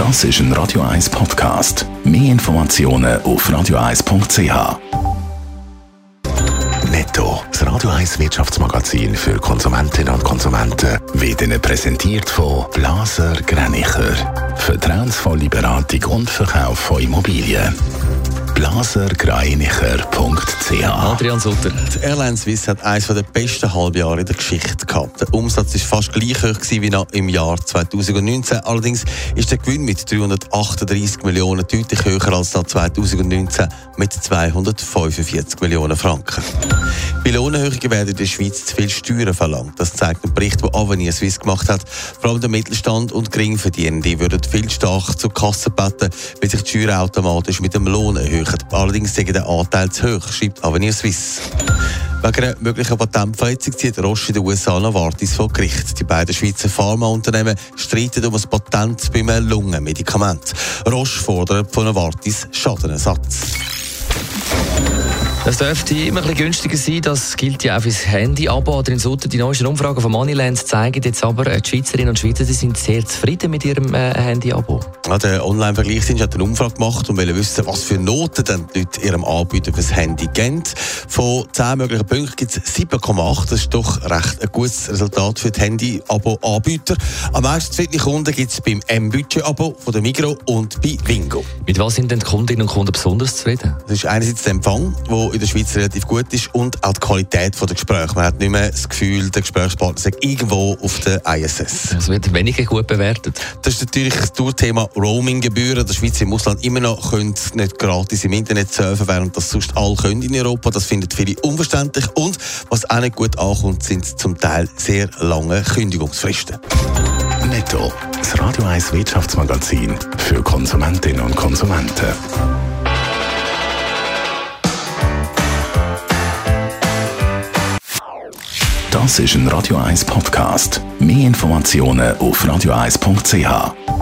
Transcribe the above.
Das ist ein Radio 1 Podcast. Mehr Informationen auf radio1.ch. Netto, das Radio 1 Wirtschaftsmagazin für Konsumentinnen und Konsumenten, wird Ihnen präsentiert von Blaser Greinicher. Vertrauensvolle Beratung und Verkauf von Immobilien. blasergreinicher.ch. Adrian Sutter. Die Airline Swiss hat eines der besten Halbjahre in der Geschichte gehabt. Der Umsatz war fast gleich hoch wie noch im Jahr 2019. Allerdings ist der Gewinn mit 338 Millionen deutlich höher als noch 2019 mit 245 Millionen Franken. Bei Lohnerhöhungen werden in der Schweiz zu viel Steuern verlangt. Das zeigt ein Bericht, den Avenir Swiss gemacht hat. Vor allem der Mittelstand und Geringverdienende würden viel stark zur Kasse beten, weil sich die Steuern automatisch mit dem Lohn erhöhen. Allerdings sei der Anteil zu hoch, schreibt Avenir Swiss. Wegen einer möglichen Patentverletzung zieht Roche in den USA Novartis vor Gericht. Die beiden Schweizer Pharmaunternehmen streiten um ein Patent bei einem Lungenmedikament. Roche fordert von Novartis Schadenersatz. Das dürfte immer ein bisschen günstiger sein, das gilt ja auch fürs Handy-Abo. Adrian Sutter, die neuesten Umfragen von Moneyland zeigen jetzt aber, die Schweizerinnen und Schweizer sind sehr zufrieden mit ihrem Handy-Abo. Ja, der Online-Vergleichsdienst hat eine Umfrage gemacht und wollte wissen, was für Noten denn die Leute ihrem Anbieter fürs Handy geben. Von 10 möglichen Punkten gibt es 7,8. Das ist doch recht ein gutes Resultat für die Handy-Abo-Anbieter. Am meisten zufriedene Kunden gibt es beim M-Budget-Abo von der Migros und bei Wingo. Mit was sind denn die Kundinnen und Kunden besonders zufrieden? Das ist einerseits der Empfang, der in der Schweiz relativ gut ist, und auch die Qualität der Gespräche. Man hat nicht mehr das Gefühl, der Gesprächspartner sei irgendwo auf der ISS. Es wird weniger gut bewertet. Das ist natürlich das Tourthema Roaming-Gebühren. Die Schweizer im Ausland immer noch können nicht gratis im Internet surfen, während das sonst alle können in Europa. Das finden viele unverständlich. Und was auch nicht gut ankommt, sind zum Teil sehr lange Kündigungsfristen. Netto, das Radio 1 Wirtschaftsmagazin für Konsumentinnen und Konsumenten. Das ist ein Radio 1 Podcast. Mehr Informationen auf radio1.ch.